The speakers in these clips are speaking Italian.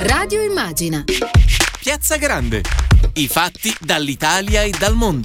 Radio Immagina. Piazza Grande. I fatti dall'Italia e dal mondo.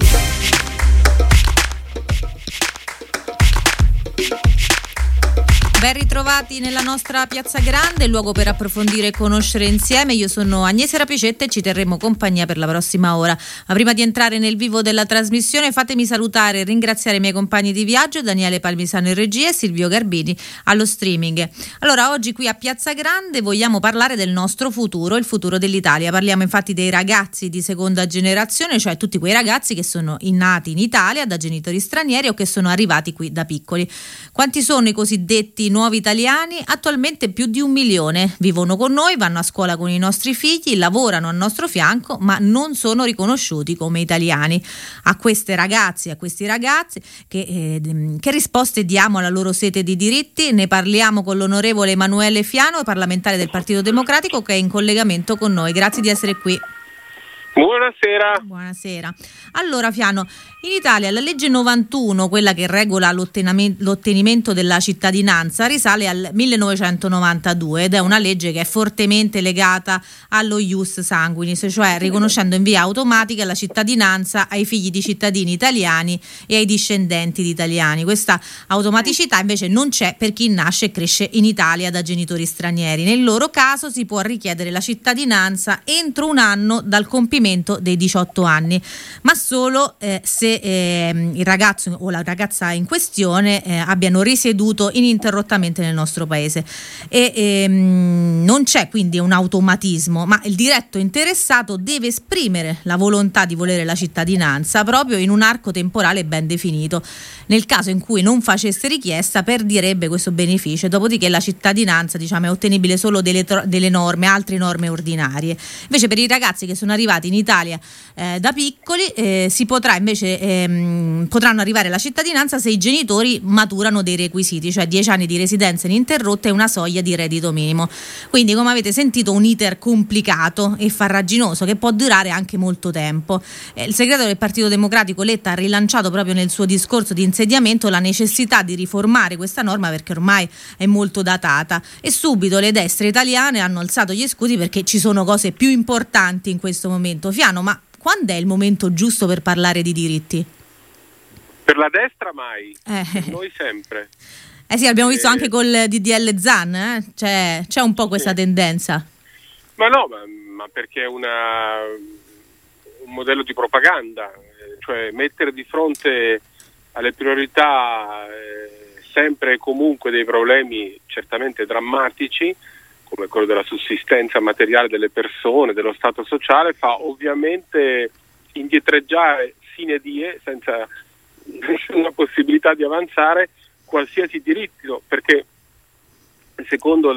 Ben ritrovati nella nostra Piazza Grande, il luogo per approfondire e conoscere insieme. Io sono Agnese Rapicetta e ci terremo compagnia per la prossima ora. Ma prima di entrare nel vivo della trasmissione, fatemi salutare e ringraziare i miei compagni di viaggio, Daniele Palmisano in regia e Silvio Garbini allo streaming. Allora, oggi qui a Piazza Grande vogliamo parlare del nostro futuro, il futuro dell'Italia. Parliamo infatti dei ragazzi di seconda generazione, cioè tutti quei ragazzi che sono nati in Italia da genitori stranieri o che sono arrivati qui da piccoli. Quanti sono i cosiddetti nuovi italiani? Attualmente più di 1 milione. Vivono con noi, vanno a scuola con i nostri figli, lavorano al nostro fianco, ma non sono riconosciuti come italiani. A queste ragazze, a questi ragazzi, che risposte diamo alla loro sete di diritti? Ne parliamo con l'onorevole Emanuele Fiano, parlamentare del Partito Democratico, che è in collegamento con noi. Grazie di essere qui. Buonasera. Buonasera. Allora Fiano, in Italia la legge 91, quella che regola l'ottenimento della cittadinanza, risale al 1992 ed è una legge che è fortemente legata allo ius sanguinis, cioè riconoscendo in via automatica la cittadinanza ai figli di cittadini italiani e ai discendenti di italiani. Questa automaticità invece non c'è per chi nasce e cresce in Italia da genitori stranieri. Nel loro caso si può richiedere la cittadinanza entro 1 anno dal compimento dei 18 anni, ma solo se il ragazzo o la ragazza in questione abbiano risieduto ininterrottamente nel nostro paese. Non c'è quindi un automatismo, ma il diretto interessato deve esprimere la volontà di volere la cittadinanza proprio in un arco temporale ben definito. Nel caso in cui non facesse richiesta, perderebbe questo beneficio, dopodiché la cittadinanza, diciamo, è ottenibile solo delle norme, altre norme ordinarie. Invece per i ragazzi che sono arrivati in Italia da piccoli si potrà invece potranno arrivare alla cittadinanza se i genitori maturano dei requisiti, cioè 10 anni di residenza ininterrotta e una soglia di reddito minimo. Quindi, come avete sentito, un iter complicato e farraginoso che può durare anche molto tempo. Il segretario del Partito Democratico Letta ha rilanciato proprio nel suo discorso di insediamento la necessità di riformare questa norma perché ormai è molto datata, e subito le destre italiane hanno alzato gli scudi perché ci sono cose più importanti in questo momento. Fiano, ma quando è il momento giusto per parlare di diritti? Per la destra mai, per noi sempre. Sì, abbiamo visto anche col DDL Zan, c'è un po' questa tendenza. Ma no, ma perché è un modello di propaganda, cioè mettere di fronte alle priorità sempre e comunque dei problemi certamente drammatici, come quello della sussistenza materiale delle persone, dello stato sociale, fa ovviamente indietreggiare sine die, senza nessuna possibilità di avanzare, qualsiasi diritto, perché secondo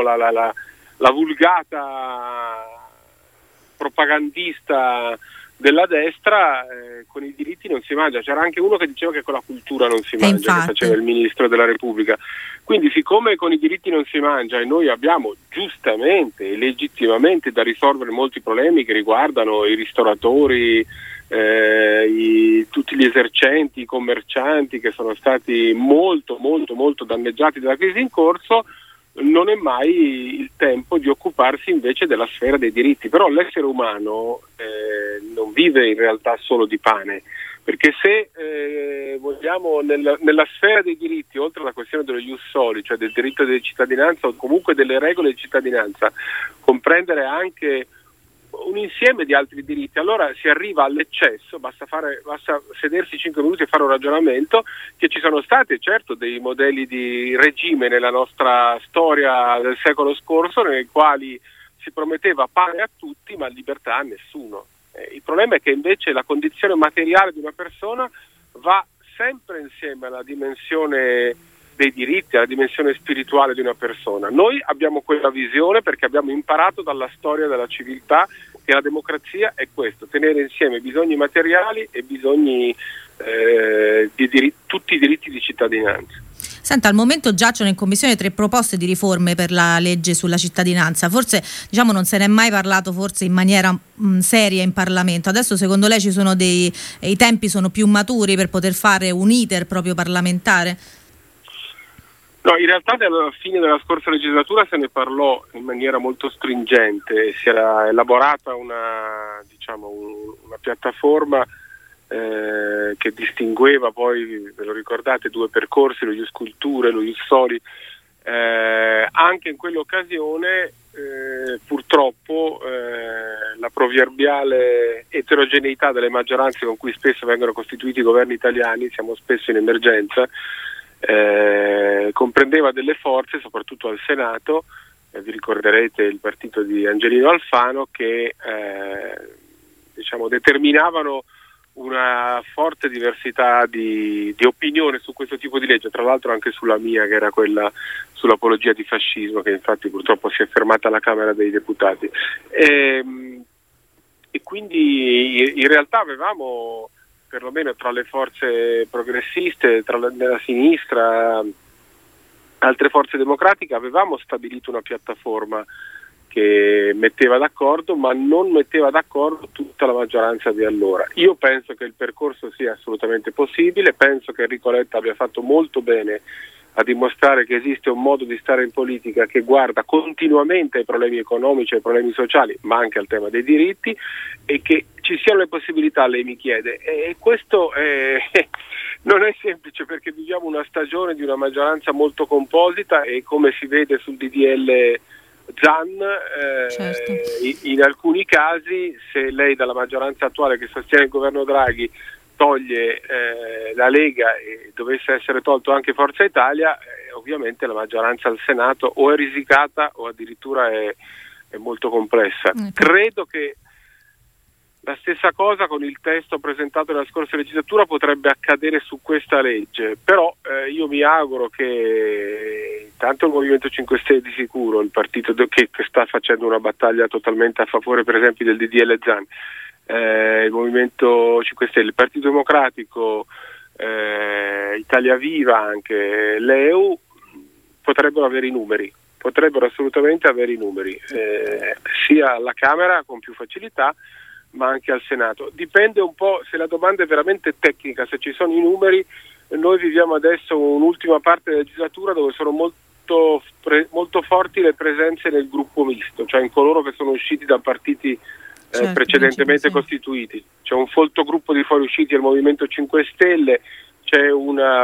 la vulgata propagandista della destra con i diritti non si mangia. C'era anche uno che diceva che con la cultura non si mangia, infatti, che faceva il ministro della Repubblica. Quindi siccome con i diritti non si mangia e noi abbiamo giustamente e legittimamente da risolvere molti problemi che riguardano i ristoratori, tutti gli esercenti, i commercianti che sono stati molto molto molto danneggiati dalla crisi in corso, non è mai il tempo di occuparsi invece della sfera dei diritti. Però l'essere umano non vive in realtà solo di pane, perché se vogliamo nella sfera dei diritti, oltre alla questione dello ius soli, cioè del diritto di cittadinanza o comunque delle regole di cittadinanza, comprendere anche un insieme di altri diritti, allora si arriva all'eccesso. Basta sedersi 5 minuti e fare un ragionamento che ci sono stati certo dei modelli di regime nella nostra storia del secolo scorso nei quali si prometteva pane a tutti ma libertà a nessuno. Il problema è che invece la condizione materiale di una persona va sempre insieme alla dimensione dei diritti, alla dimensione spirituale di una persona. Noi abbiamo quella visione perché abbiamo imparato dalla storia della civiltà che la democrazia è questo, tenere insieme bisogni materiali e bisogni tutti i diritti di cittadinanza. Senta, al momento giacciono in commissione 3 proposte di riforme per la legge sulla cittadinanza. Forse non se ne è mai parlato forse in maniera seria in Parlamento. Adesso secondo lei i tempi sono più maturi per poter fare un iter proprio parlamentare? No, in realtà dalla fine della scorsa legislatura se ne parlò in maniera molto stringente, si era elaborata una piattaforma che distingueva poi, ve lo ricordate, due percorsi, lo Ius Culturae e lo Ius Soli. Anche in quell'occasione purtroppo la proverbiale eterogeneità delle maggioranze con cui spesso vengono costituiti i governi italiani, siamo spesso in emergenza, comprendeva delle forze, soprattutto al Senato, vi ricorderete il partito di Angelino Alfano, che determinavano una forte diversità di opinione su questo tipo di legge, tra l'altro anche sulla mia, che era quella sull'apologia di fascismo, che infatti purtroppo si è fermata alla Camera dei Deputati. E quindi in realtà avevamo, perlomeno tra le forze progressiste, nella sinistra, altre forze democratiche, avevamo stabilito una piattaforma che metteva d'accordo, ma non metteva d'accordo tutta la maggioranza di allora. Io penso che il percorso sia assolutamente possibile, penso che Enrico Letta abbia fatto molto bene a dimostrare che esiste un modo di stare in politica che guarda continuamente ai problemi economici, ai problemi sociali, ma anche al tema dei diritti, e che ci siano le possibilità, lei mi chiede. E questo non è semplice, perché viviamo una stagione di una maggioranza molto composita e, come si vede sul DDL Zan, certo. In alcuni casi, se lei dalla maggioranza attuale che sostiene il governo Draghi toglie la Lega e dovesse essere tolto anche Forza Italia, ovviamente la maggioranza al Senato o è risicata o addirittura è molto complessa. Credo che la stessa cosa con il testo presentato nella scorsa legislatura potrebbe accadere su questa legge, però io mi auguro che intanto il Movimento 5 Stelle, di sicuro, il partito che sta facendo una battaglia totalmente a favore per esempio del DDL Zan, il Movimento 5 Stelle, il Partito Democratico, Italia Viva, anche l'EU, potrebbero assolutamente avere i numeri, sia alla Camera con più facilità, ma anche al Senato. Dipende un po', se la domanda è veramente tecnica, se ci sono i numeri. Noi viviamo adesso un'ultima parte della legislatura dove sono molto forti le presenze nel gruppo misto, cioè in coloro che sono usciti da partiti precedentemente costituiti. C'è un folto gruppo di fuoriusciti del Movimento 5 Stelle, c'è un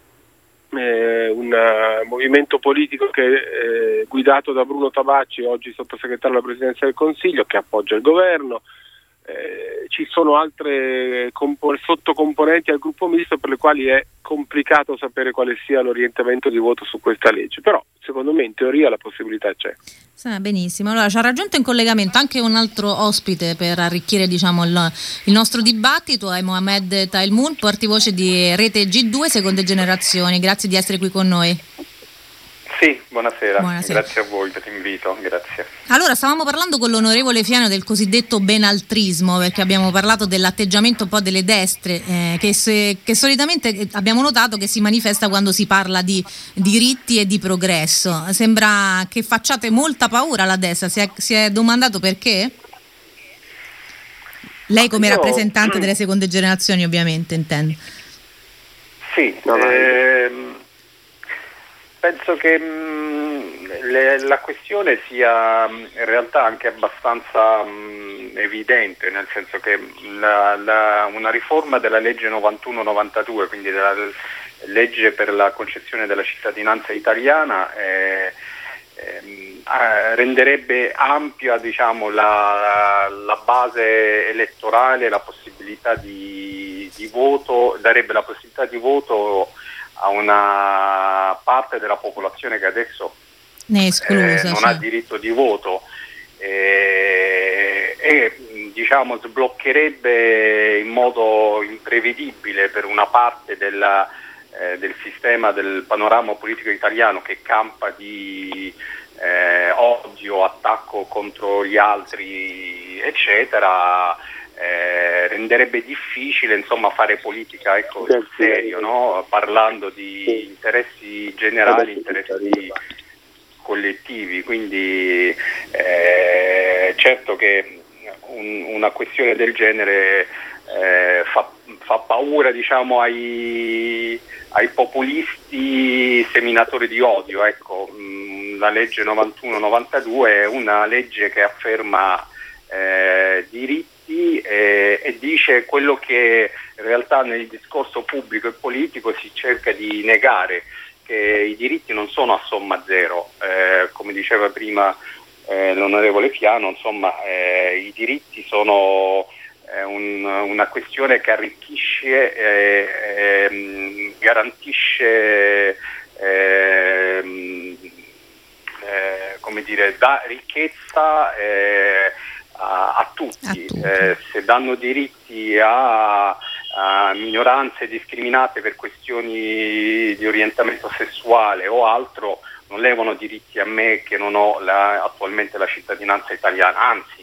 movimento politico che è guidato da Bruno Tabacci, oggi sottosegretario alla Presidenza del Consiglio, che appoggia il governo. Ci sono altre sottocomponenti al gruppo misto per le quali è complicato sapere quale sia l'orientamento di voto su questa legge, però secondo me in teoria la possibilità c'è. Benissimo, allora ci ha raggiunto in collegamento anche un altro ospite per arricchire il nostro dibattito, è Mohamed Tailmoun, portavoce di Rete G2 Seconde Generazioni. Grazie di essere qui con noi. Sì, buonasera. Grazie a voi per l'invito, grazie. Allora, stavamo parlando con l'onorevole Fiano del cosiddetto benaltrismo, perché abbiamo parlato dell'atteggiamento un po' delle destre, che solitamente abbiamo notato che si manifesta quando si parla di diritti e di progresso. Sembra che facciate molta paura alla destra, si è domandato perché? Lei come rappresentante delle seconde generazioni, ovviamente, intendo. Sì, penso che la questione sia in realtà anche abbastanza evidente, nel senso che una riforma della legge 91-92, quindi della legge per la concessione della cittadinanza italiana, renderebbe ampia, diciamo, la base elettorale, la possibilità di voto, darebbe la possibilità di voto a una parte della popolazione che adesso ne è esclusa, non ha diritto di voto, e diciamo sbloccherebbe in modo imprevedibile per una parte del sistema, del panorama politico italiano, che campa di odio, attacco contro gli altri, eccetera. Renderebbe difficile, insomma, fare politica, ecco, sul serio, no? Parlando di interessi generali, interessi collettivi. Quindi certo che una questione del genere fa fa paura, diciamo, ai populisti seminatori di odio. Ecco, la legge 91-92 è una legge che afferma diritti e dice quello che in realtà nel discorso pubblico e politico si cerca di negare, che i diritti non sono a somma zero, come diceva prima l'onorevole Fiano, insomma, i diritti sono una questione che arricchisce, garantisce, come dire, dà ricchezza a tutti. Se danno diritti a minoranze discriminate per questioni di orientamento sessuale o altro, non levano diritti a me che non ho attualmente la cittadinanza italiana, anzi,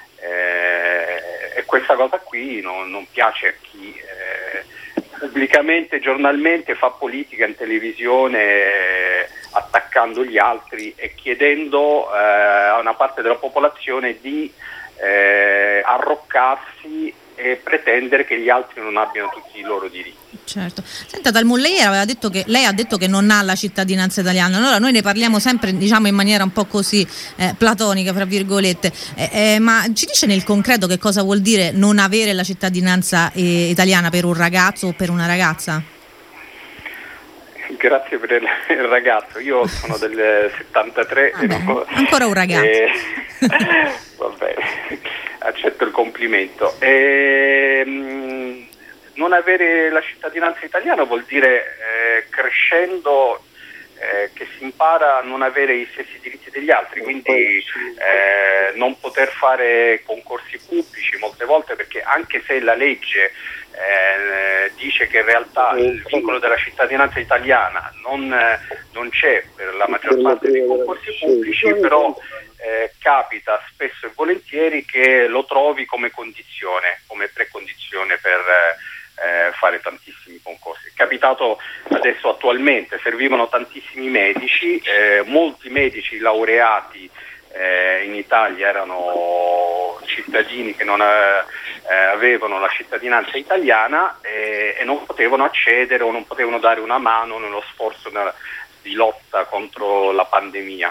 e questa cosa qui non piace a chi pubblicamente, giornalmente fa politica in televisione attaccando gli altri e chiedendo a una parte della popolazione di arroccarsi e pretendere che gli altri non abbiano tutti i loro diritti. Certo. Senta Talmud, lei ha detto che non ha la cittadinanza italiana, allora noi ne parliamo sempre, diciamo, in maniera un po' così platonica, fra virgolette, ma ci dice nel concreto che cosa vuol dire non avere la cittadinanza italiana per un ragazzo o per una ragazza? Grazie per il ragazzo, io sono del 73 ancora un ragazzo. Va bene, accetto il complimento. Non avere la cittadinanza italiana vuol dire crescendo che si impara a non avere i stessi diritti degli altri, quindi non poter fare concorsi pubblici molte volte, perché anche se la legge dice che in realtà il vincolo della cittadinanza italiana non c'è per la maggior parte dei concorsi pubblici, però capita spesso e volentieri che lo trovi come condizione, come precondizione per fare tantissimi concorsi. È capitato adesso attualmente, servivano tantissimi medici, molti medici laureati in Italia erano cittadini che non avevano la cittadinanza italiana e non potevano accedere o non potevano dare una mano nello sforzo di lotta contro la pandemia.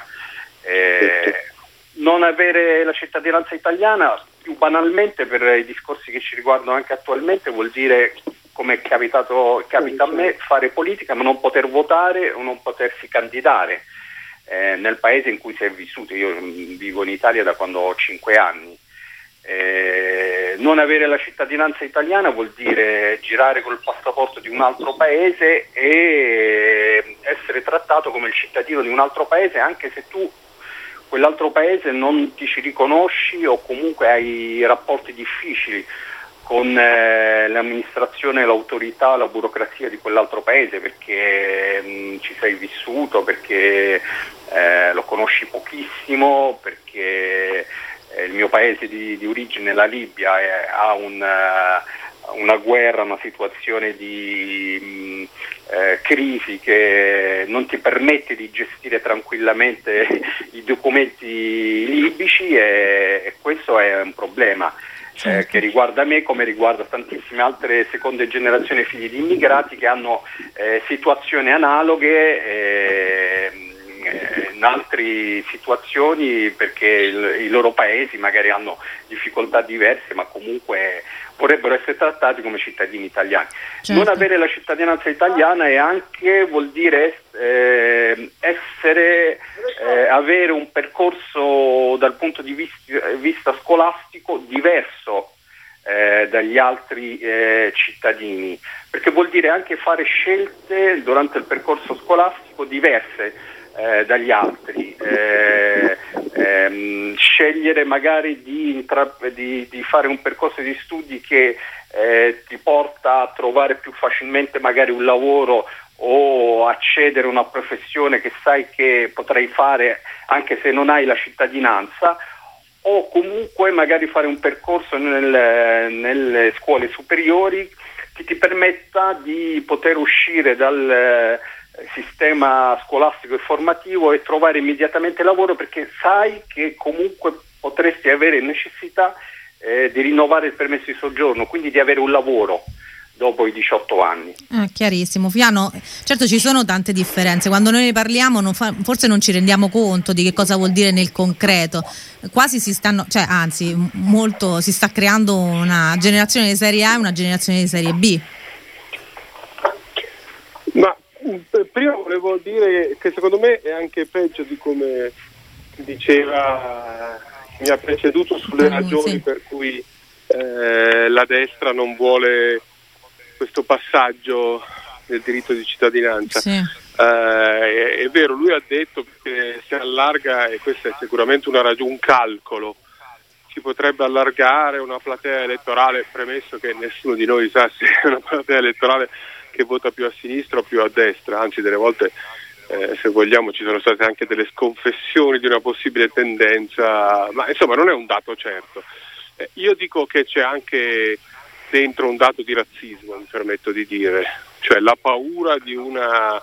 Non avere la cittadinanza italiana, più banalmente, per i discorsi che ci riguardano anche attualmente, vuol dire, come capita a me, fare politica ma non poter votare o non potersi candidare nel paese in cui si è vissuto. Io vivo in Italia da quando ho 5 anni. Non avere la cittadinanza italiana vuol dire girare col passaporto di un altro paese e essere trattato come il cittadino di un altro paese, anche se tu quell'altro paese non ti ci riconosci o comunque hai rapporti difficili con l'amministrazione, l'autorità, la burocrazia di quell'altro paese, perché ci sei vissuto, perché lo conosci pochissimo, perché il mio paese di origine, la Libia, ha una guerra, una situazione di crisi che non ti permette di gestire tranquillamente i documenti libici, e questo è un problema che riguarda me come riguarda tantissime altre seconde generazioni figli di immigrati che hanno situazioni analoghe in altre situazioni, perché i loro paesi magari hanno difficoltà diverse, ma comunque vorrebbero essere trattati come cittadini italiani. Certo. Non avere la cittadinanza italiana vuol dire avere un percorso dal punto di vista scolastico diverso dagli altri cittadini, perché vuol dire anche fare scelte durante il percorso scolastico diverse dagli altri, scegliere magari di fare un percorso di studi che ti porta a trovare più facilmente magari un lavoro o accedere a una professione che sai che potrai fare anche se non hai la cittadinanza, o comunque magari fare un percorso nelle scuole superiori che ti permetta di poter uscire dal sistema scolastico e formativo e trovare immediatamente lavoro, perché sai che comunque potresti avere necessità di rinnovare il permesso di soggiorno, quindi di avere un lavoro dopo i 18 anni. Chiarissimo. Fiano, certo ci sono tante differenze, quando noi ne parliamo forse non ci rendiamo conto di che cosa vuol dire nel concreto. Quasi si sta creando una generazione di Serie A e una generazione di Serie B. Ma prima volevo dire che secondo me è anche peggio di come diceva mi ha preceduto sulle ragioni per cui la destra non vuole questo passaggio del diritto di cittadinanza. Sì. È vero, lui ha detto che si allarga, e questo è sicuramente un calcolo, si potrebbe allargare una platea elettorale, premesso che nessuno di noi sa se è una platea elettorale che vota più a sinistra o più a destra, anzi delle volte se vogliamo ci sono state anche delle sconfessioni di una possibile tendenza, ma insomma non è un dato certo. Io dico che c'è anche dentro un dato di razzismo, mi permetto di dire, cioè la paura di una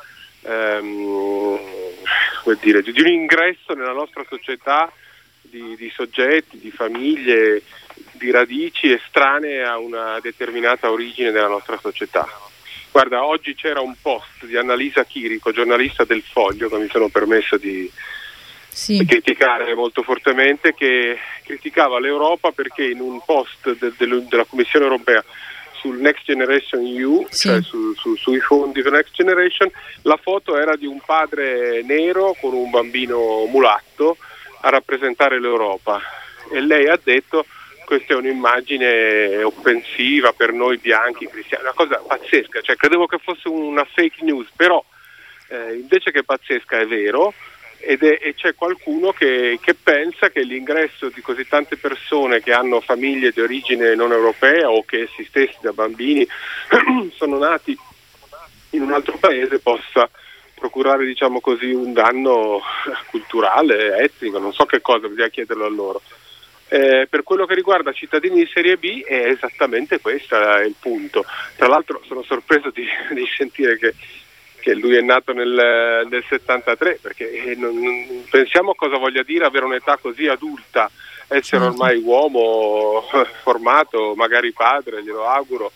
di un ingresso nella nostra società di soggetti, di famiglie, di radici estranee a una determinata origine della nostra società. Guarda, oggi c'era un post di Annalisa Chirico, giornalista del Foglio, che mi sono permesso di criticare molto fortemente, che criticava l'Europa perché in un post della Commissione Europea sul Next Generation EU, cioè sui fondi per Next Generation, la foto era di un padre nero con un bambino mulatto a rappresentare l'Europa, e lei ha detto: questa è un'immagine offensiva per noi bianchi cristiani, una cosa pazzesca, cioè credevo che fosse una fake news, però invece che pazzesca è vero, e c'è qualcuno che pensa che l'ingresso di così tante persone che hanno famiglie di origine non europea o che essi stessi da bambini sono nati in un altro paese possa procurare, diciamo così, un danno culturale, etnico, non so che cosa, bisogna chiederlo a loro. Per quello che riguarda cittadini di Serie B è esattamente questo il punto. Tra l'altro sono sorpreso di sentire che lui è nato nel 73, perché non pensiamo a cosa voglia dire avere un'età così adulta, essere ormai uomo formato, magari padre, glielo auguro,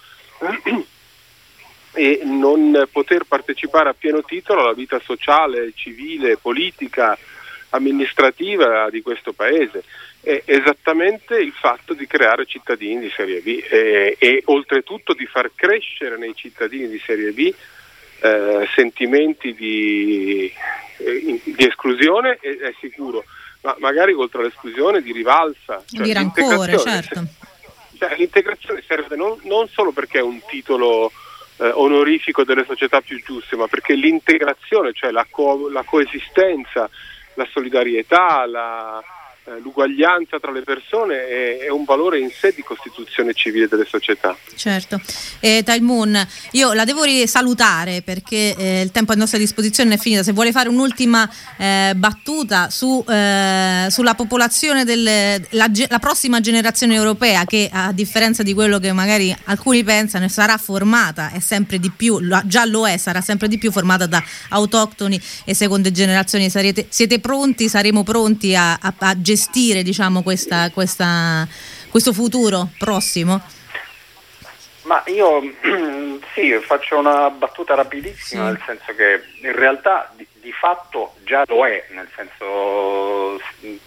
e non poter partecipare a pieno titolo alla vita sociale, civile, politica, amministrativa di questo paese. È esattamente il fatto di creare cittadini di Serie B e oltretutto di far crescere nei cittadini di Serie B sentimenti di esclusione, è sicuro, ma magari oltre all'esclusione di rivalsa, cioè di rancore, certo. Cioè, l'integrazione serve non solo perché è un titolo onorifico delle società più giuste, ma perché l'integrazione, cioè la coesistenza, la solidarietà, l'uguaglianza tra le persone è un valore in sé di costituzione civile delle società. Certo. Taimon, io la devo salutare perché il tempo a nostra disposizione è finito. Se vuole fare un'ultima battuta sulla popolazione la prossima generazione europea, che a differenza di quello che magari alcuni pensano sarà formata, è sempre di più, già lo è, sarà sempre di più formata da autoctoni e seconde generazioni. Siete pronti, saremo pronti a gestire, diciamo, questo futuro prossimo? Ma io sì, faccio una battuta rapidissima, nel senso che in realtà di fatto già lo è, nel senso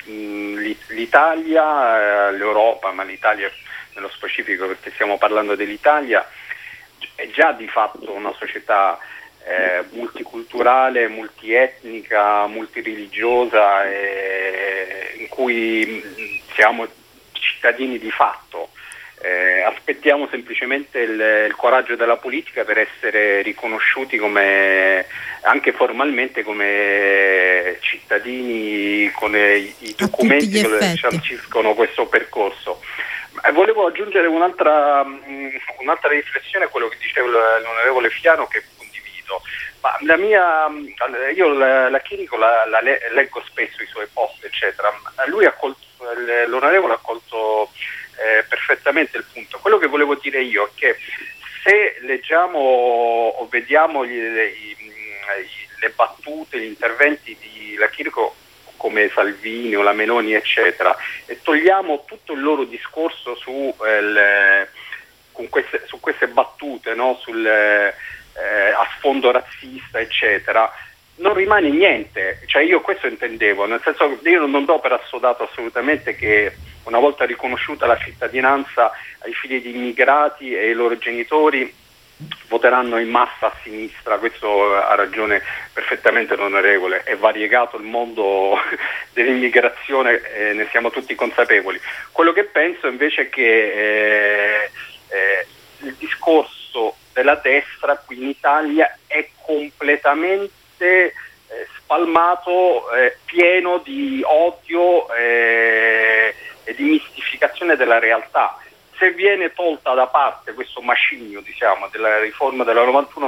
l'Italia, l'Europa, ma l'Italia nello specifico perché stiamo parlando dell'Italia, è già di fatto una società multiculturale, multietnica, multireligiosa, in cui siamo cittadini di fatto. Aspettiamo semplicemente il coraggio della politica per essere riconosciuti anche formalmente come cittadini con i documenti che sanciscono questo percorso. Volevo aggiungere un'altra riflessione a quello che diceva l'onorevole Fiano, che condivido. Ma io la Chirico la leggo spesso, i suoi post eccetera. L'onorevole ha colto perfettamente il punto. Quello che volevo dire io è che se leggiamo o vediamo le battute, gli interventi di La Chirico come Salvini o la Meloni eccetera, e togliamo tutto il loro discorso su su queste battute, no? A sfondo razzista, eccetera, non rimane niente. Cioè, io questo intendevo, nel senso che io non do per assodato assolutamente che una volta riconosciuta la cittadinanza ai figli di immigrati e ai loro genitori voteranno in massa a sinistra. Questo ha ragione perfettamente l'onorevole, è variegato il mondo dell'immigrazione, ne siamo tutti consapevoli. Quello che penso invece è che il discorso della destra qui in Italia è completamente spalmato, pieno di odio e di mistificazione della realtà. Se viene tolta da parte questo macigno, diciamo, della riforma della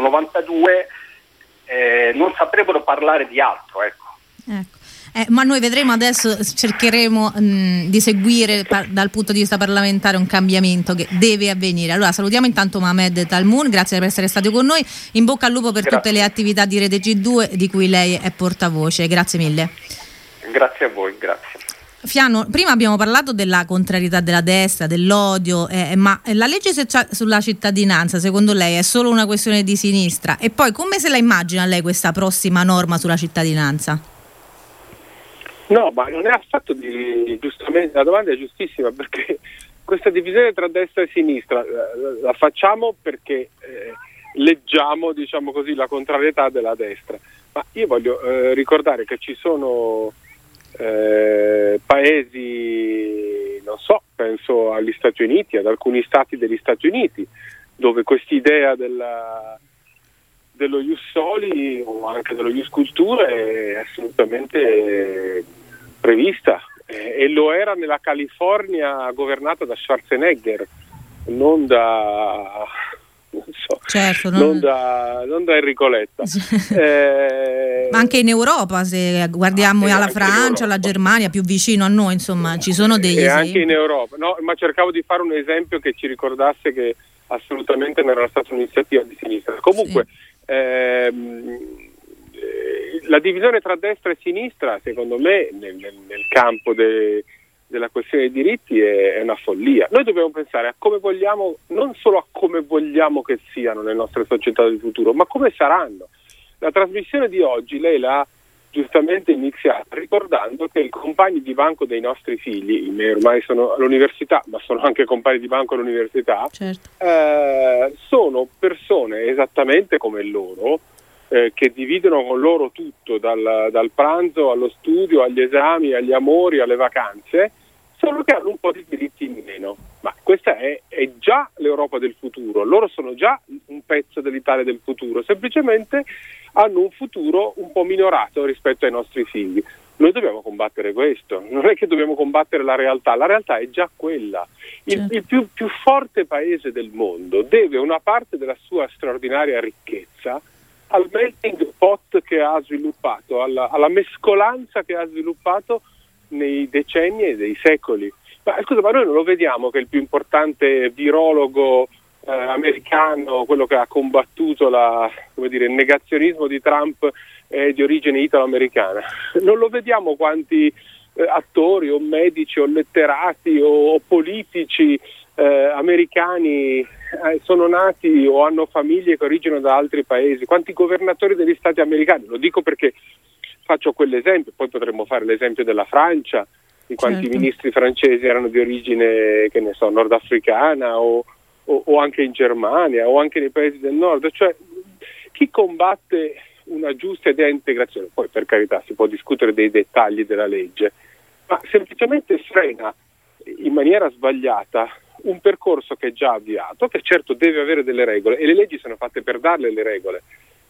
91-92, non saprebbero parlare di altro, ecco. Ma noi vedremo adesso, cercheremo di seguire dal punto di vista parlamentare un cambiamento che deve avvenire. Allora salutiamo intanto Mohamed Talmoun, grazie per essere stato con noi, in bocca al lupo per tutte le attività di Rete G2 di cui lei è portavoce, grazie mille. Grazie a voi, grazie. Fiano, prima abbiamo parlato della contrarietà della destra, dell'odio, ma la legge sulla cittadinanza secondo lei è solo una questione di sinistra? E poi come se la immagina lei questa prossima norma sulla cittadinanza? No, ma non è affatto giustamente, la domanda è giustissima, perché questa divisione tra destra e sinistra la facciamo perché leggiamo, diciamo così, la contrarietà della destra. Ma io voglio ricordare che ci sono paesi, non so, penso agli Stati Uniti, ad alcuni stati degli Stati Uniti, dove quest'idea dello ius soli o anche dello ius cultura è assolutamente prevista, e lo era nella California governata da Schwarzenegger, non da Enrico Letta. Ma anche in Europa, se guardiamo alla Francia, alla Germania, più vicino a noi, insomma, ci sono degli esempi. Anche in Europa, no, ma cercavo di fare un esempio che ci ricordasse che assolutamente non era stata un'iniziativa di sinistra. Comunque, la divisione tra destra e sinistra, secondo me, nel campo della questione dei diritti è una follia. Noi dobbiamo pensare a come vogliamo, non solo a come vogliamo che siano le nostre società del futuro, ma come saranno. La trasmissione di oggi lei l'ha giustamente iniziata ricordando che i compagni di banco dei nostri figli, i miei ormai sono all'università, ma sono anche compagni di banco all'università, certo. Sono persone esattamente come loro, che dividono con loro tutto, dal pranzo allo studio, agli esami, agli amori, alle vacanze, solo che hanno un po' di diritti in meno. Ma questa è già l'Europa del futuro, loro sono già un pezzo dell'Italia del futuro, semplicemente hanno un futuro un po' minorato rispetto ai nostri figli. Noi dobbiamo combattere questo, non è che dobbiamo combattere la realtà è già quella. Il più forte paese del mondo deve una parte della sua straordinaria ricchezza al melting pot che ha sviluppato, alla mescolanza che ha sviluppato nei decenni e dei secoli. Ma scusa, ma noi non lo vediamo che il più importante virologo americano, quello che ha combattuto il negazionismo di Trump, è di origine italo-americana? Non lo vediamo quanti attori o medici o letterati o politici americani sono nati o hanno famiglie che originano da altri paesi, quanti governatori degli stati americani? Lo dico perché faccio quell'esempio, poi potremmo fare l'esempio della Francia, di quanti ministri francesi erano di origine, che ne so, nordafricana o anche in Germania o anche nei paesi del nord. Cioè, chi combatte una giusta idea di integrazione, poi per carità si può discutere dei dettagli della legge, ma semplicemente frena in maniera sbagliata un percorso che è già avviato, che certo deve avere delle regole, e le leggi sono fatte per darle le regole,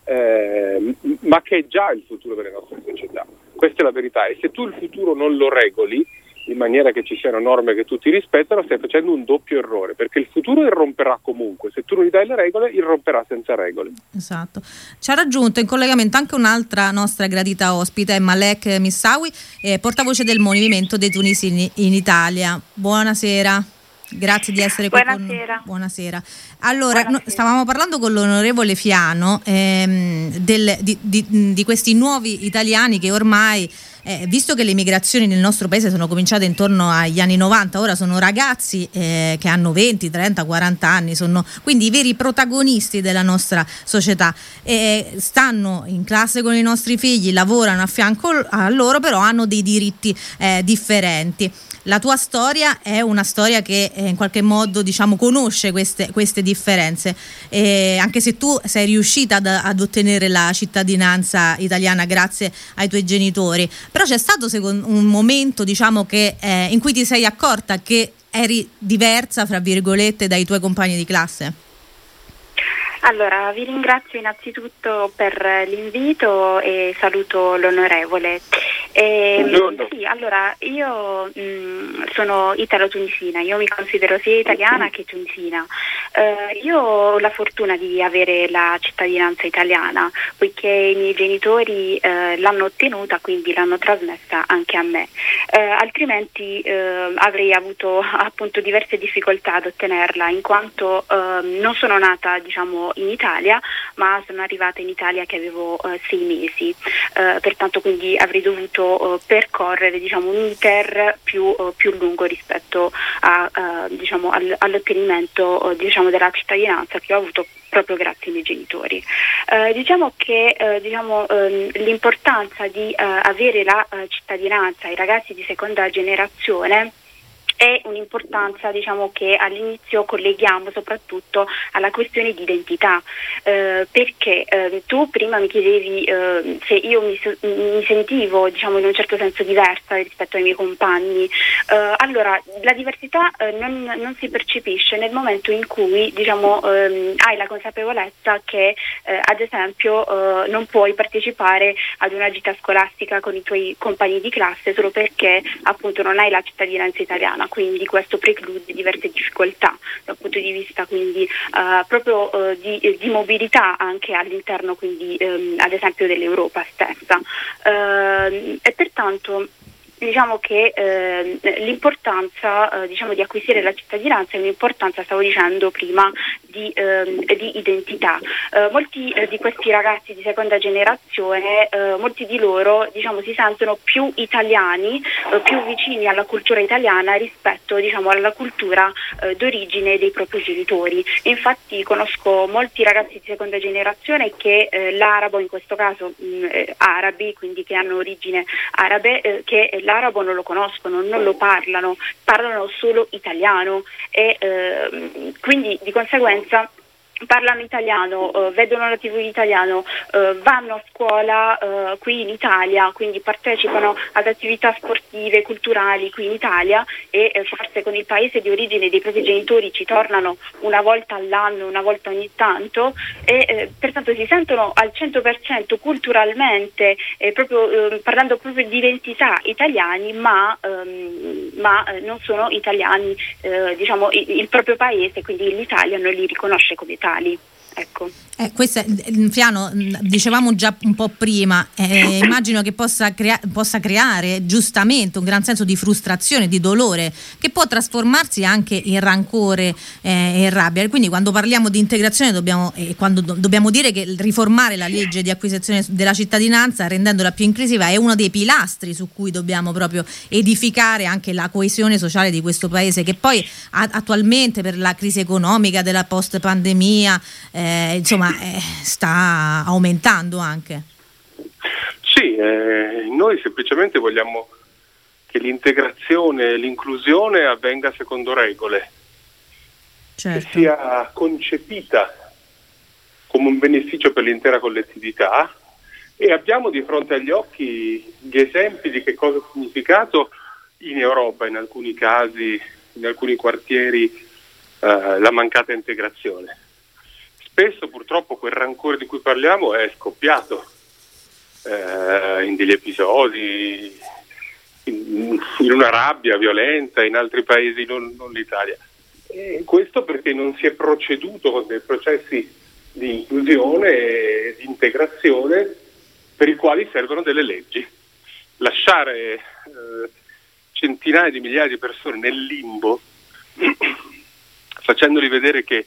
ma che è già il futuro delle nostre società. Questa è la verità, e se tu il futuro non lo regoli in maniera che ci siano norme che tutti rispettano, stai facendo un doppio errore, perché il futuro irromperà comunque, se tu non gli dai le regole irromperà senza regole. Esatto. Ci ha raggiunto in collegamento anche un'altra nostra gradita ospite, Malek Missawi, portavoce del Movimento dei Tunisini in Italia. Buonasera. Grazie di essere qui con noi. Buonasera. Allora, stavamo parlando con l'onorevole Fiano di questi nuovi italiani che ormai visto che le migrazioni nel nostro paese sono cominciate intorno agli anni 90, ora sono ragazzi che hanno 20, 30, 40 anni, sono quindi i veri protagonisti della nostra società, stanno in classe con i nostri figli, lavorano a fianco a loro, però hanno dei diritti differenti. La tua storia è una storia che in qualche modo, diciamo, conosce queste differenze, anche se tu sei riuscita ad ottenere la cittadinanza italiana grazie ai tuoi genitori, però c'è stato un momento, diciamo, che in cui ti sei accorta che eri diversa, fra virgolette, dai tuoi compagni di classe? Allora, vi ringrazio innanzitutto per l'invito e saluto l'onorevole. Sì, allora io sono italo-tunisina, io mi considero sia italiana che tunisina. Io ho la fortuna di avere la cittadinanza italiana, poiché i miei genitori l'hanno ottenuta, quindi l'hanno trasmessa anche a me. Altrimenti avrei avuto appunto diverse difficoltà ad ottenerla, in quanto non sono nata, diciamo, in Italia, ma sono arrivata in Italia che avevo 6 mesi, pertanto quindi avrei dovuto percorrere, diciamo, un iter più lungo rispetto diciamo, all'ottenimento diciamo, della cittadinanza che ho avuto proprio grazie ai miei genitori. Diciamo che l'importanza di avere la cittadinanza ai ragazzi di seconda generazione è un'importanza, diciamo, che all'inizio colleghiamo soprattutto alla questione di identità, perché tu prima mi chiedevi se io mi sentivo, diciamo, in un certo senso diversa rispetto ai miei compagni. Allora, la diversità non si percepisce nel momento in cui, diciamo, hai la consapevolezza che ad esempio non puoi partecipare ad una gita scolastica con i tuoi compagni di classe solo perché appunto non hai la cittadinanza italiana. Quindi questo preclude diverse difficoltà dal punto di vista quindi proprio di mobilità anche all'interno quindi ad esempio dell'Europa stessa, e pertanto diciamo che l'importanza diciamo di acquisire la cittadinanza è un'importanza, stavo dicendo prima, di identità. Molti di questi ragazzi di seconda generazione, molti di loro, diciamo, si sentono più italiani, più vicini alla cultura italiana rispetto, diciamo, alla cultura d'origine dei propri genitori. Infatti conosco molti ragazzi di seconda generazione che l'arabo, in questo caso arabi, quindi che hanno origine arabe, che l'arabo non lo conoscono, non lo parlano solo italiano e quindi di conseguenza parlano italiano, vedono la TV in italiano, vanno a scuola qui in Italia, quindi partecipano ad attività sportive, culturali qui in Italia e forse con il paese di origine dei propri genitori ci tornano una volta all'anno, una volta ogni tanto e pertanto si sentono al 100% culturalmente, proprio parlando proprio di identità italiani, ma non sono italiani, diciamo il proprio paese, quindi l'Italia non li riconosce come tali. Ecco. Questo Fiano, dicevamo già un po' prima, immagino che possa creare giustamente un gran senso di frustrazione, di dolore, che può trasformarsi anche in rancore e in rabbia. Quindi quando parliamo di integrazione quando dobbiamo dire che riformare la legge di acquisizione della cittadinanza, rendendola più inclusiva, è uno dei pilastri su cui dobbiamo proprio edificare anche la coesione sociale di questo paese, che poi attualmente per la crisi economica della post pandemia insomma sta aumentando anche. Sì, noi semplicemente vogliamo che l'integrazione e l'inclusione avvenga secondo regole, certo, che sia concepita come un beneficio per l'intera collettività, e abbiamo di fronte agli occhi gli esempi di che cosa ha significato in Europa, in alcuni casi, in alcuni quartieri, la mancata integrazione. Spesso purtroppo quel rancore di cui parliamo è scoppiato in degli episodi, in una rabbia violenta, in altri paesi, non l'Italia. E questo perché non si è proceduto con dei processi di inclusione e di integrazione per i quali servono delle leggi. Lasciare centinaia di migliaia di persone nel limbo, facendoli vedere che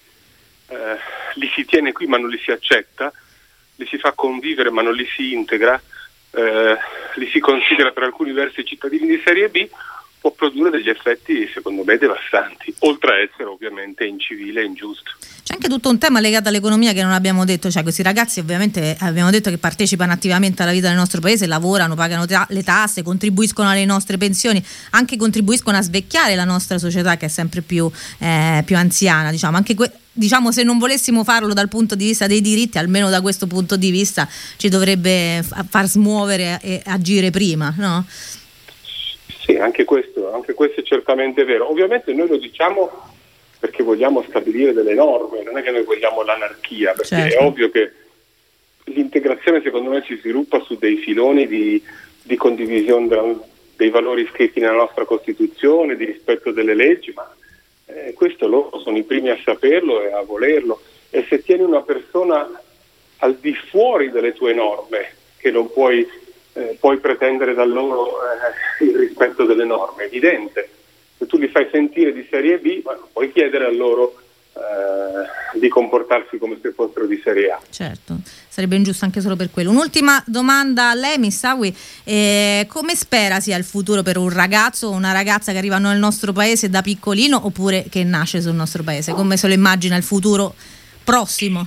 li si tiene qui ma non li si accetta, li si fa convivere ma non li si integra, li si considera per alcuni versi cittadini di serie B, può produrre degli effetti secondo me devastanti, oltre a essere ovviamente incivile e ingiusto. C'è anche tutto un tema legato all'economia che non abbiamo detto, cioè questi ragazzi ovviamente abbiamo detto che partecipano attivamente alla vita del nostro paese, lavorano, pagano le tasse, contribuiscono alle nostre pensioni, anche contribuiscono a svecchiare la nostra società che è sempre più anziana, diciamo. Anche diciamo, se non volessimo farlo dal punto di vista dei diritti, almeno da questo punto di vista ci dovrebbe far smuovere e agire prima, no? Sì, anche questo è certamente vero. Ovviamente noi lo diciamo perché vogliamo stabilire delle norme, non è che noi vogliamo l'anarchia, perché certo. È ovvio che l'integrazione secondo me si sviluppa su dei filoni di condivisione dei valori scritti nella nostra Costituzione, di rispetto delle leggi, ma questo loro sono i primi a saperlo e a volerlo. E se tieni una persona al di fuori delle tue norme, che non puoi pretendere da loro il rispetto delle norme, è evidente. Se tu li fai sentire di serie B, puoi chiedere a loro di comportarsi come se fossero di serie A. Certo, sarebbe ingiusto anche solo per quello. Un'ultima domanda a lei, Missawi, come spera sia il futuro per un ragazzo o una ragazza che arrivano nel nostro paese da piccolino oppure che nasce sul nostro paese? Come se lo immagina il futuro prossimo?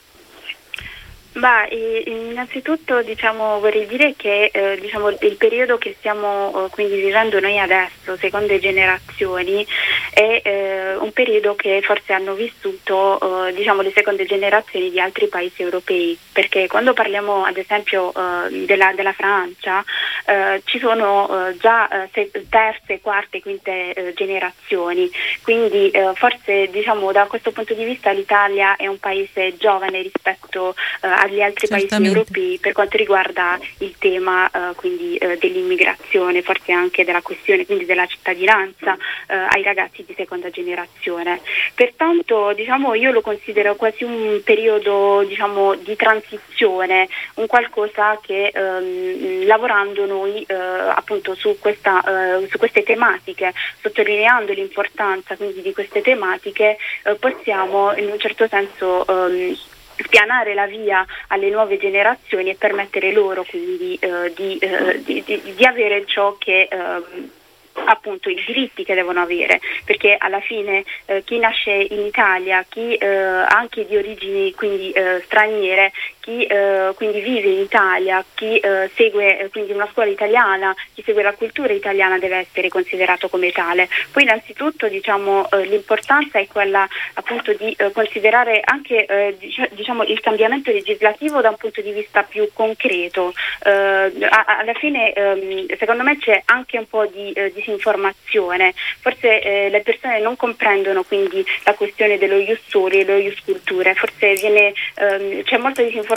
Innanzitutto vorrei dire che il periodo che stiamo quindi vivendo noi adesso, seconde generazioni, è un periodo che forse hanno vissuto le seconde generazioni di altri paesi europei, perché quando parliamo ad esempio della Francia ci sono già terze, quarte, quinte generazioni, quindi forse da questo punto di vista l'Italia è un paese giovane rispetto agli altri paesi europei per quanto riguarda il tema dell'immigrazione, forse anche della questione quindi della cittadinanza ai ragazzi di seconda generazione. Pertanto io lo considero quasi un periodo di transizione, un qualcosa che lavorando noi appunto su queste tematiche, sottolineando l'importanza quindi di queste tematiche, possiamo in un certo senso spianare la via alle nuove generazioni e permettere loro quindi di avere ciò che appunto i diritti che devono avere, perché alla fine chi nasce in Italia, chi anche di origini quindi straniere, chi quindi vive in Italia, chi segue quindi una scuola italiana, chi segue la cultura italiana deve essere considerato come tale. Poi innanzitutto l'importanza è quella appunto di considerare anche il cambiamento legislativo da un punto di vista più concreto. Alla fine secondo me c'è anche un po' di disinformazione, forse le persone non comprendono quindi la questione dello ius soli e dello ius culturae, forse c'è molta disinformazione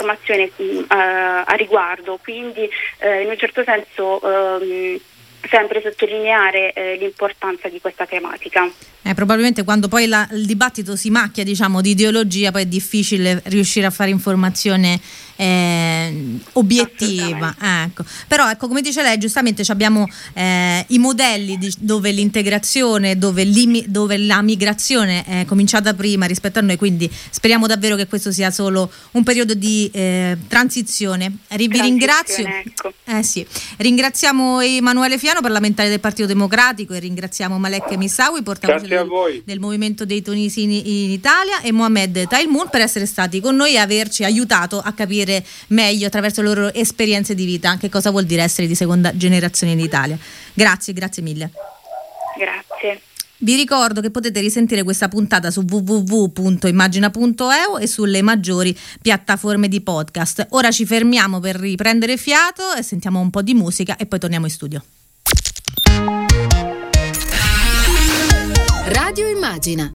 a riguardo, quindi in un certo senso sempre sottolineare l'importanza di questa tematica. Probabilmente quando poi il dibattito si macchia di ideologia, poi è difficile riuscire a fare informazione obiettiva, ecco. Però come dice lei giustamente abbiamo i modelli dove l'integrazione, dove la migrazione è cominciata prima rispetto a noi, quindi speriamo davvero che questo sia solo un periodo di transizione. Vi ringrazio, ecco. Ringraziamo Emanuele Fiano, parlamentare del Partito Democratico, e ringraziamo Malek Missawi, portavoce del Movimento dei Tunisini in Italia, e Mohamed Tailmoun per essere stati con noi e averci aiutato a capire meglio attraverso le loro esperienze di vita che cosa vuol dire essere di seconda generazione in Italia. Grazie mille. Grazie. Vi ricordo che potete risentire questa puntata su www.immagina.eu e sulle maggiori piattaforme di podcast. Ora ci fermiamo per riprendere fiato e sentiamo un po' di musica e poi torniamo in studio. Radio Immagina.